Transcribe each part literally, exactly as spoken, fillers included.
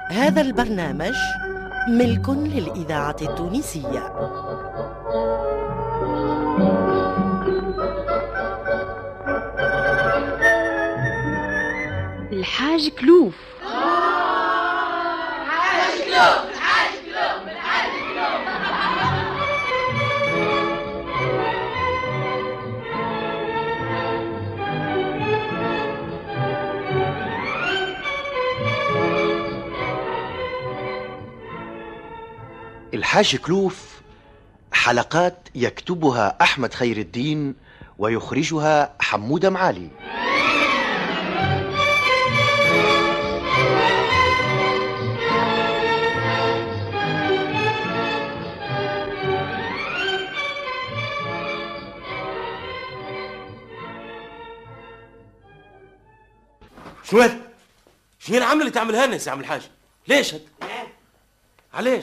هذا البرنامج ملك للإذاعة التونسية. الحاج كلوف. الحاج كلوف الحاج كلوف الحاج كلوف. الحاج كلوف، حلقات يكتبها أحمد خير الدين ويخرجها حمودة معالي. شنو هذا؟ شنو هي العملة اللي تعملها لنا يا عم الحاج؟ ليش هاد؟ علاش؟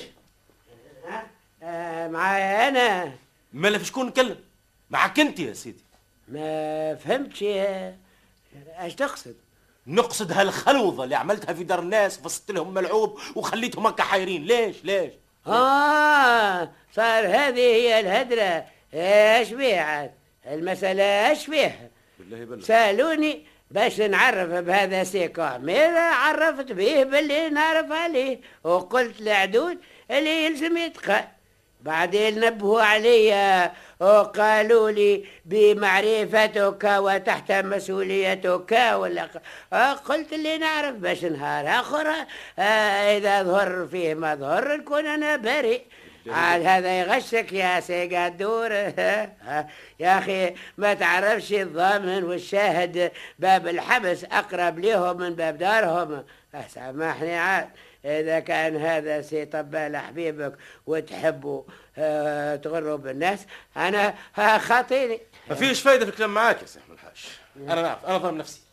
آه معايا انا. مالا في شكون نكلم؟ معك انت يا سيدي. ما فهمتش اش تقصد؟ نقصد هالخلوظة اللي عملتها في دار الناس، فصلت لهم ملعوب وخليتهم هكا حايرين. ليش ليش؟ اه صار هذه هي الهدرة. ايش بيها المسألة؟ ايش فيها؟ بالله بالله سألوني باش نعرف بهذا سيكو عميرة، عرفت به باللي نعرف عليه، وقلت لعدود اللي يلزم يتقال. بعدين نبهوا علي وقالوا لي بمعرفتك وتحت مسؤوليتك، ولا قلت اللي نعرف باش نهار اخر آه اذا ظهر فيه ما ظهر نكون انا بريء. عاد هذا يغشك يا سي قدور. يا اخي ما تعرفش الضامن والشاهد باب الحبس اقرب لهم من باب دارهم. سامحني عاد إذا كان هذا سي طبال حبيبك وتحبوا اه تغروا بالناس، أنا خاطيني. ما فيش فايدة في الكلام معاك يا سي أحمد الحاج. أنا نعرف، أنا ظالم نفسي.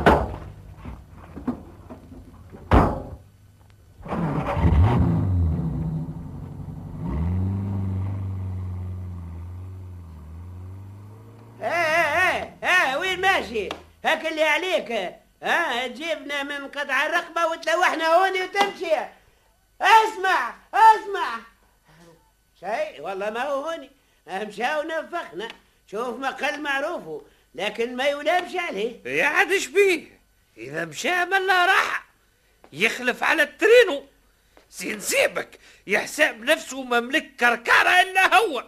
ايه ايه ايه وين ماشي؟ هاك اللي عليك. ها تجيبنا من قطع الرقبة وتلوحنا هوني وتمشي. اسمع اسمع شيء والله ما هو هوني. مشاو ونفخنا. شوف مقل معروفه لكن ما يلامش عليه. يا عاد ايش بيه؟ اذا مشى ملا راح يخلف على الترينو. زين سيبك يحسب نفسه مملك كركارة الا هو.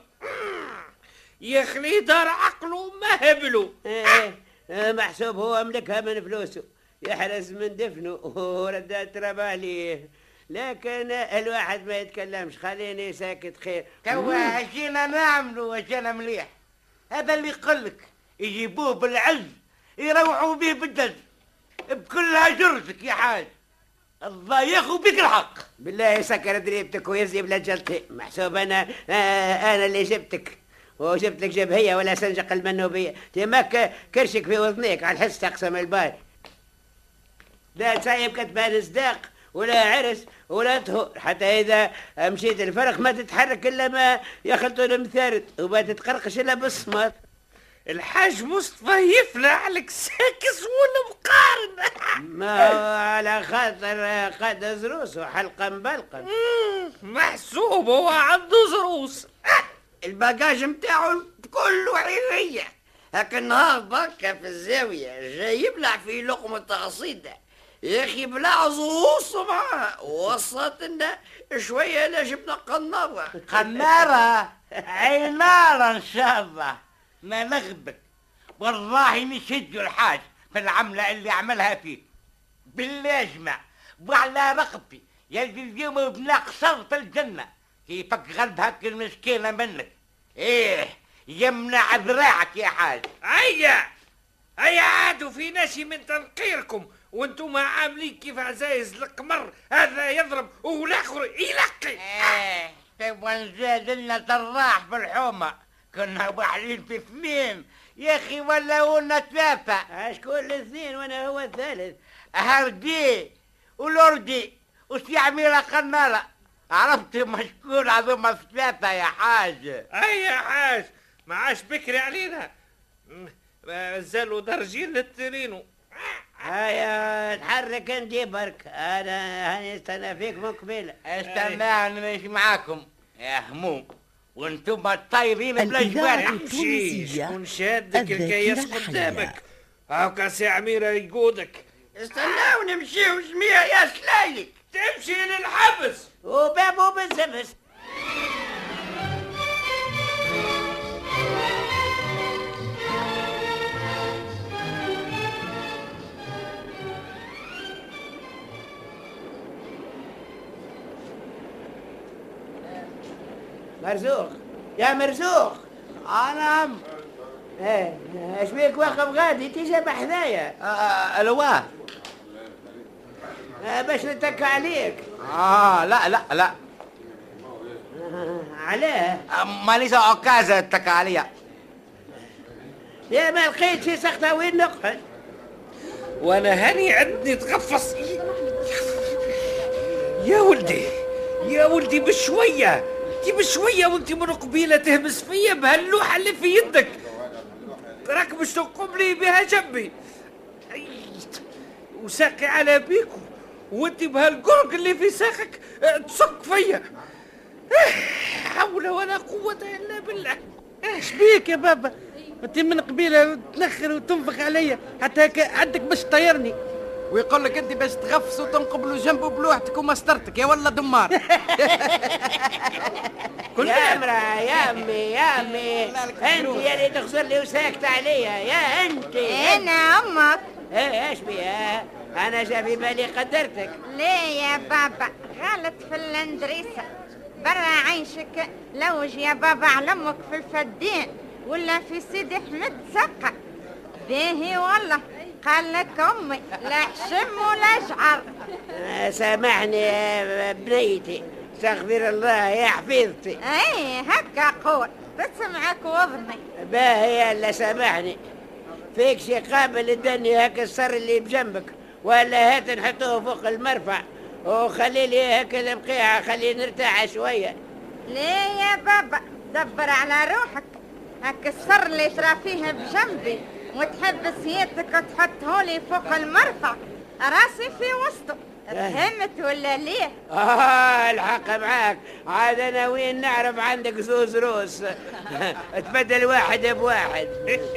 يخلي دار عقله ما هبله. ايه محسوب هو ملكها من فلوسه، يحرس من دفنه وردات رباليه. لكن الواحد ما يتكلمش، خليني ساكت خير. توا جينا نعملوا وجينا مليح. هذا اللي يقولك يجيبوه بالعز يروحوا به بالدز بكلها جرتك يا حاج. الله ياخذ بك الحق. بالله يسكر دريبتك ويزي بلا جلتي. محسوب انا آه انا اللي جبتك وجبت لك جبهيه ولا سنجق المنوبيه. تماك كرشك في وذنيك على الحس تقسم البال. لا سايب كتبان صداق ولا عرس ولا طهور، حتى إذا مشيت الفرق ما تتحرك إلا ما يخلطوا المثارد وما تتقرقش إلا بالصمات. الحاج مصطفى يفلح لك ساكس ولا مقارن. ما هو على خاطر قد زروس وحلقا بلقا. محسوب هو عنده زروس. الباجاج متاعه كله حرية، لكن نهار بكا في الزاوية جاي يبلع في لقمة قصيدة. يا اخي بلع زروس معاه وصلت لنا شويه لا جبنا قناره. قناره عيناره ان شاء الله ما نغبك. والله نشد الحاج في العمله اللي عملها فيك باللاجمع وعلى رقبتي يلي اليوم بنقصر في الجنه. كيفك غلب هك المسكينه منك. ايه يمنع ذراعك يا حاج. هيا هيا عادوا في ناشي من تنقيركم وانتم عاملين كيف عزايز القمر. هذا يضرب والاخر يلقي. ايه تبغى نزاد لنا طراح في الحومه. كنا واحدين في اثنين يا اخي ولا قلنا ثلاثه. اشكون الاثنين وانا هو الثالث؟ هردي ولوردي وسي عميره قناره. عرفت مشكور عظم ثلاثه يا حاج. اي يا حاج ما عاش بكري علينا. زالوا درجين للترينو. هيا تحرك انت برك، انا هاني استنى فيك من قبيله. استناني ماشي معاكم يا هموم، وانتم طايرين بلا الإذاعة جبال. التونسية شكون شادك الكياس الذاكرة قدامك؟ الحية. هاكا سي عميرة يقودك. استناو نمشيو جميع يا سلايلك. تمشي للحبس وبابو بالزبس. مرزوق يا مرزوق. اه نعم. ايه اش بيك واقف غادي تيجي بحذايا؟ آه الواه. آه باش نتك عليك. اه لا لا لا. آه علاه؟ آه ماليش عكازة اتك عليا. يا ما لقيت في سخطة وين نقعد. وانا هاني عندي تغفص. يا ولدي يا ولدي بشوية انت بشوية وانت من قبيلة تهمس فيا بهاللوحة اللي في يدك، راك باش تقوم لي بها جنبي وساقي على بيكو، وانت بهالقرق اللي في ساقك تصك فيا. حول ولا قوة الا بالله. ايش بيك يا بابا؟ انت من قبيله تنخر وتنفخ عليا حتى هكا عندك باش تطيرني، ويقول لك انت باش تغفص وتنقبلوا جنبه بلوحتك ومسطرتك يا ولا دمار. يا امرأة يا امي يا امي انت يا اللي تخسر لي وساكت عليا يا انت. انا امك. ايه ايش بيها؟ انا جا في بالي قدرتك. ليه يا بابا غلط في الاندريسة، برا عيشك لوج يا بابا على امك في الفدين ولا في سيدي احمد سقا. باهي والله قال لك امي لا حشم ولا شعر. آه سامحني يا بنيتي، استغفر الله يا حفيظتي. ايه هكا قول تسمعك وضني. باهي يلا سامحني. فيك شي قابل اداني هكا السر اللي بجنبك، ولا هات نحطوه فوق المرفع وخلي لي هكا البقيعة خلي نرتاح شوية. ليه يا بابا دبر على روحك، هكا السر اللي ترى فيه بجنبي وتحب سيادتك وتحطهولي فوق المرفع، راسي في وسطه. فهمت ولا ليه؟ آه الحق معاك، عاد أنا وين نعرف عندك زوز روس. تبدل واحد بواحد.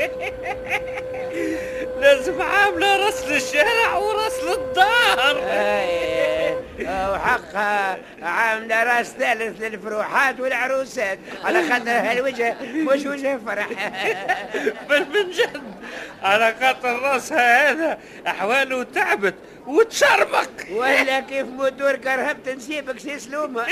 لازم عاملة راس للشارع وراس للدار. آه وحقها عاملة راس ثالث للفروحات والعروسات، على خاطر هالوجه مش وجه فرح. بل من جد على خاطر راسها هذا أحواله تعبت وتشرمق. ولا كيف موتور كرهبت نسيبك سي سلومة.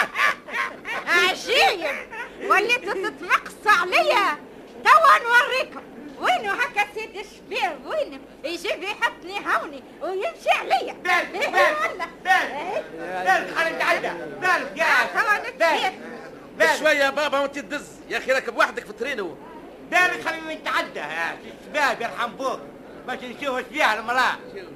عجيب وليتوا تتمقصوا عليا. توا نوريكم وينو هكا سيدي الشبير، وينو يجيب يحطني هوني ويمشي عليا. بالك بالك بالك بالك خليك نتعدى بالك يا بالك شويه يا بابا وانت تدز يا اخي راكب وحدك في الترينو. بالك خليني نتعدى يا الشباب يرحم بوك باش نشوف اش فيها المراه.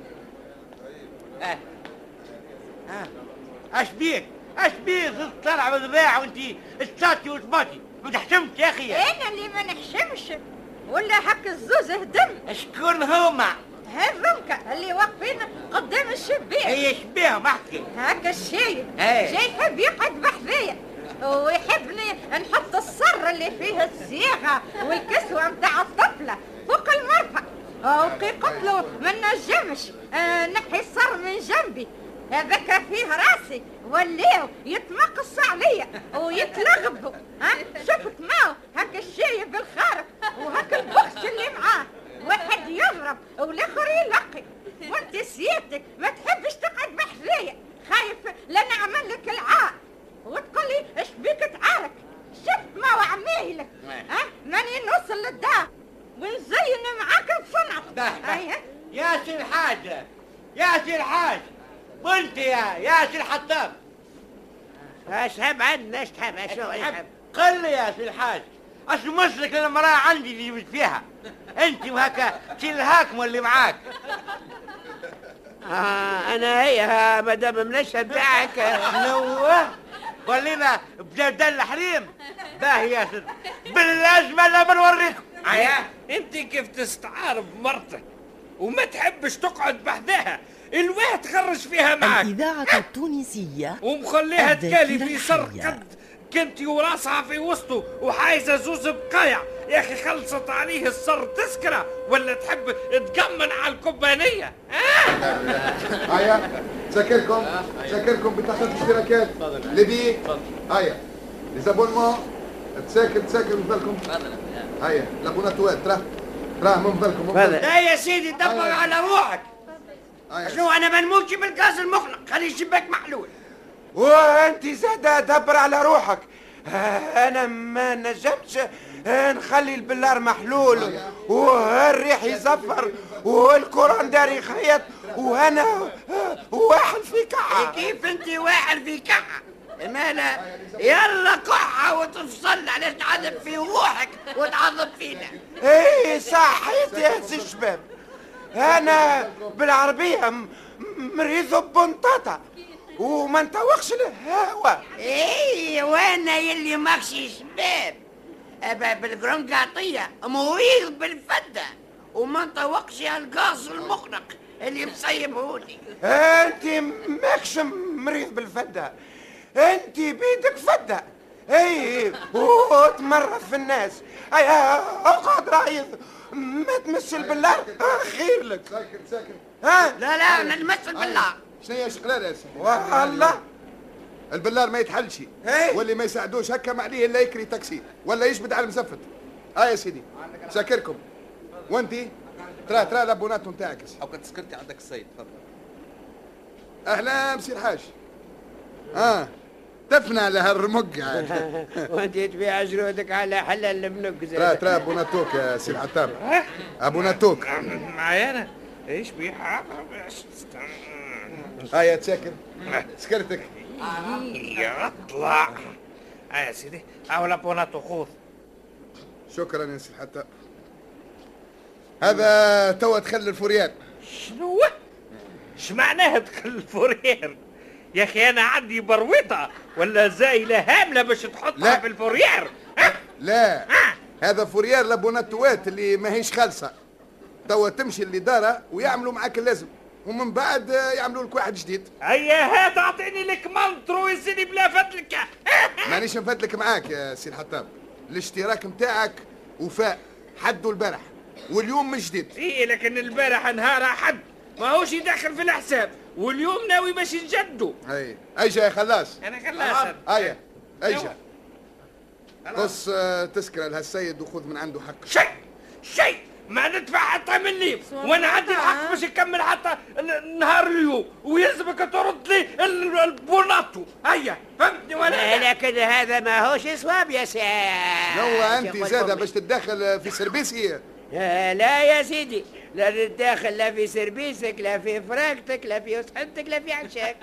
اه اه اش بيك اش بيك طلع بالذباح وانت استاتي وتباتي ما تحشمش يا اخي. انا اللي ما نحشمش ولا هكا الزوز هدم. شكون هما؟ هذوك اللي واقفين قدام الشباك. هي شبيهم احكي. هكا الشايب ايه. جاي يحب يقعد بحذايا ويحبني نحط الصر اللي فيه الصياغه والكسوه متاع الطفله فوق المرفأ، وكي قلت له ما نجمش آه نحي الصر من جنبي هذاك فيه راسي ولاو يتمقص عليا ويتلغبوا. ها شفت معه هكا الشايب الخارق وهكا البخس اللي معاه، واحد يضرب والاخر يلقي، وانت سيادتك ما تحبش تقعد بحذايا خايف لا نعمل لك العار وتقول لي اش بيك تعارك. شفت ما وعمايلك ها ماني نوصل للدار ونزين معاك بصنعتك. يا سي الحاج يا سي الحاج وانت يا يا سي الحطاب اش تحب عندنا اش تحب اش تحب؟ قل لي يا سي الحاج اش مسلك المراه عندي اللي جبت فيها انت وهكا شيل الهاكم اللي معاك. آه انا هي مدام منشهد بتاعك. نوه ولينا بجدل الحريم. باهي يا سيدي باللازمه لا بنوريكم. عيا انت كيف تستعار بمرتك وما تحبش تقعد بحدها، الواه تخرج فيها معك. الإذاعة التونسية ومخليها تكالي في سر قد كنتي وراسها في وسطه وحايزة زوز بقايع. يا أخي خلصت عليه السر تسكره ولا تحب تقمن على الكوبانية؟ هيا شاكركم شاكركم بتاخد اشتراكات لبي. هيا ليزابونمون تساكر تساكر من بالكم. هيا لابوناتوات تراه تراه من بالكم. لا يا سيدي دبر على روحك. شنو انا ما نموتش بالغاز المخنق، خلي الشباك محلول. وانت زاده دبر على روحك. انا ما نجمش نخلي البلار محلول والريح يزفر والكورون داري يخيط وانا واحد في كعه. كيف انت واحد في كعه؟ مالا يلا كحه وتفصل، علاش تعذب في روحك وتعذب فينا؟ ايه صحيت يا سي الشباب، انا بالعربيه مريض بنطاطا وما نتوقش الهوا. ايه وانا يلي ماكشي شباب ابا بالقرنقاطيه مريض بالفده وما نتوقش الغاز المخنق اللي مصيبهولي. انت ماكش مريض بالفده، انت بيدك فده. اي وتمرض في الناس. اي اقعد رايض ما تمس البلار خير لك. ساكن ساكن. ها لا لا ما نمس البلار. شنو هي شقلال يا سيدي؟ والله البلار ما يتحلش واللي ما يساعدوش هكا ما عليه الا يكري تاكسي ولا يشبد على المزفت. اه يا سيدي شاكركم. وانتي ترى ترى لابوناتو نتاعك او كنت سكرتي عندك السيد تفضل. اهلا مسير حاج. اه تفنى على هالرمق. وانت تبيع جرودك على حلال المنق. ترى ترى ابوناتوك يا سي العتاب. ابوناتوك معايا انا ايش بيها؟ اه يا تسكر سكرتك. يا اطلع. اه يا سيدي اول ابوناتو خذ. شكرا يا سي العتاب. هذا توا دخل الفوريان. شنو؟ ايش معناها دخل الفوريان؟ يا اخي انا عندي برويطه ولا زايله هامله باش تحطها في الفوريير. لا هذا فوريير لابوناتوات اللي ماهيش خالصه، توا تمشي اللي دارها ويعملوا معاك اللازم ومن بعد يعملوا لك واحد جديد. هيا هات اعطيني لك منطرو يا سيدي بلا فتلك. مانيش نفتلك معاك يا سي الحطاب، الاشتراك نتاعك وفاء حدوا البارح واليوم من جديد. ايه لكن البارح نهار حد ما هوش يدخل في الحساب واليوم ناوي باش نجدوا. اي ايجا يا خلاص. انا خلاص. ايا ايجا قص تسكر لهالسيد وخذ من عنده حق. شيء شيء ما ندفع حتى مني وانا عندي الحق باش نكمل حتى نهار اليوم ويلزمك ترد لي البوناتو. هيا فهمتني ولا؟ لكن هذا ما هوش صواب يا سي. لو انت زاده باش تتدخل في سربيسي. لا يا سيدي لا تتدخل لا في سربيسك لا في فراقتك لا في صحتك لا في عشاك.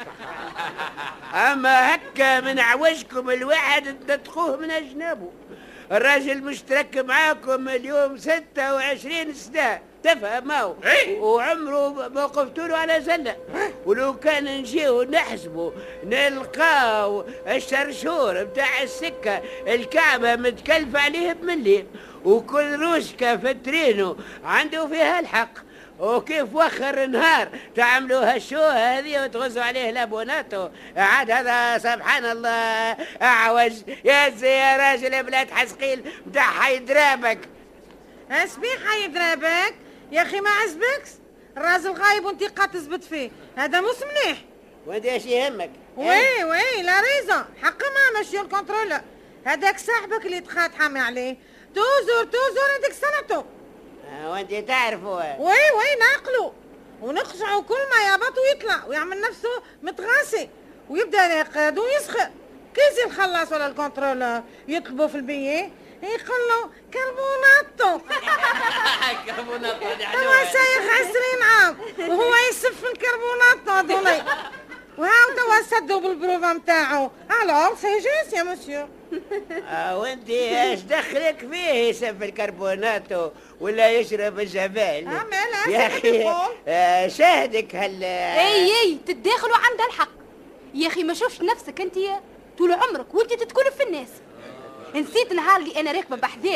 اما هكا من عوجكم الواحد تدخوه من اجنابه. الراجل مشترك معاكم اليوم ستة وعشرين سنة تفهموا وعمره ما وقفتوا له على زلة. ولو كان نجيو نحسبوا نلقاو الشرشور بتاع السكة الكعبة متكلفة عليه بمليم وكل روشكة في ترينو عنده فيها الحق. وكيف وخر نهار تعملوا هالشو هذه وتغزوا عليه لابوناتو عاد هذا سبحان الله اعوج يا زي يا راجل بلاد حسقيل بتاع حيدرابك. اسبي حيدرابك يا اخي ما عزبكش الراجل غايب وانت قاعد تثبت فيه، هذا مش مليح. وانت ايش يهمك؟ وي وي لا ريزون حق ما مشي الكنترول. هذاك صاحبك اللي تخاط حامي عليه توزور توزور هذيك سنته. وانت تعرفوا. وي وي ناقلوا ونقشعوا كل ما يهبط ويطلع ويعمل نفسه متغاسي ويبدا يرقد ويسخن. كيزي الخلاص ولا الكنترولور يطلبوا في البيي يقول له كربوناتو. كربوناتو هو شيخ عشرين عام وهو يسف الكربوناتو هذولي وهاو توا سدوا بالبروفا نتاعو. الو سي جوست يا مسيو. وانت ايش دخلك فيه يسف الكربوناتو ولا يشرب الجبال؟ يا اخي آه شاهدك هال. اي اي تتداخلوا عندها الحق يا اخي. ما شوفش نفسك انت طول عمرك وانت تتكلف في الناس. نسيت نهار اللي انا راكبه بحذاك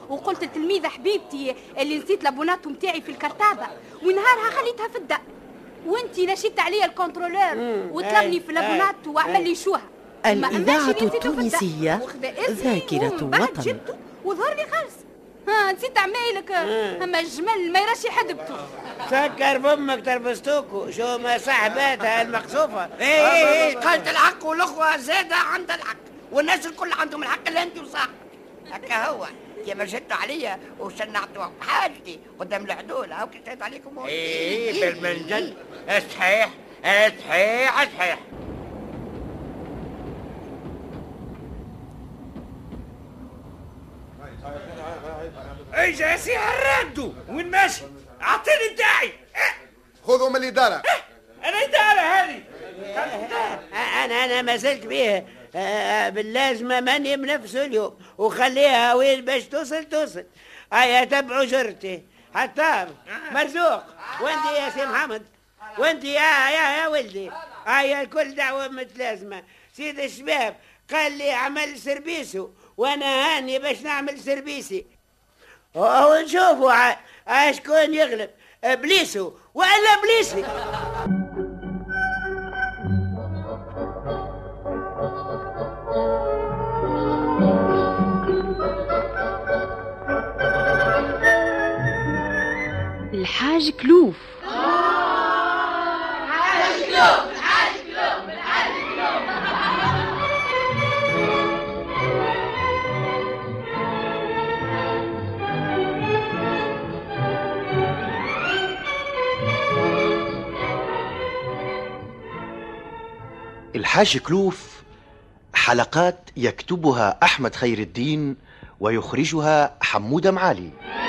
وقلت لتلميذة حبيبتي اللي نسيت لابوناتو متاعي في الكرتابة، ونهارها خليتها في الدار، وانتي نشيت عليا الكنترولور وطلبني في لابوناتو وعمل لي شوها. الإذاعة التونسية ذاكرة وطن. وظهر لي خالص. ها نسيت عمايلك. اما الجمل ما يرش حدبته. سكر بامك تربستوكو، شو ما صاحباتها المقصوفة. ايه ايه قالت الحق والاخوة زادة عندها الحق، والناس الكل عندهم الحق اللي انت وصاحبك. هكا هو كيما شدوا عليا وشنعتوا حاجتي قدام العدول، هاو كشدت عليكم. ايه بالمنجل. صحيح صحيح صحيح. اي جاسي هردو وين ماشي؟ اعطيني بتاعي. خذوا من الإدارة. انا إدارة هذه. انا انا ما زلت بيه باللازمة ماني بنفسه اليوم، وخليها وين باش توصل توصل. هيا تبعوا جرتي حتى مرزوق، وانت يا سي محمد، وانت يا يا يا ولدي. هيا الكل دعوة متلازمة. سيد الشباب قال لي اعمل سربيسو، وانا هاني باش نعمل سربيسي، ونشوفوا شكون يغلب، ابليسو ولا ابليسي. الحاج كلوف. الحاج كلوف الحاج كلوف الحاج كلوف. الحاج كلوف حلقات يكتبها أحمد خير الدين ويخرجها حمودة معالي.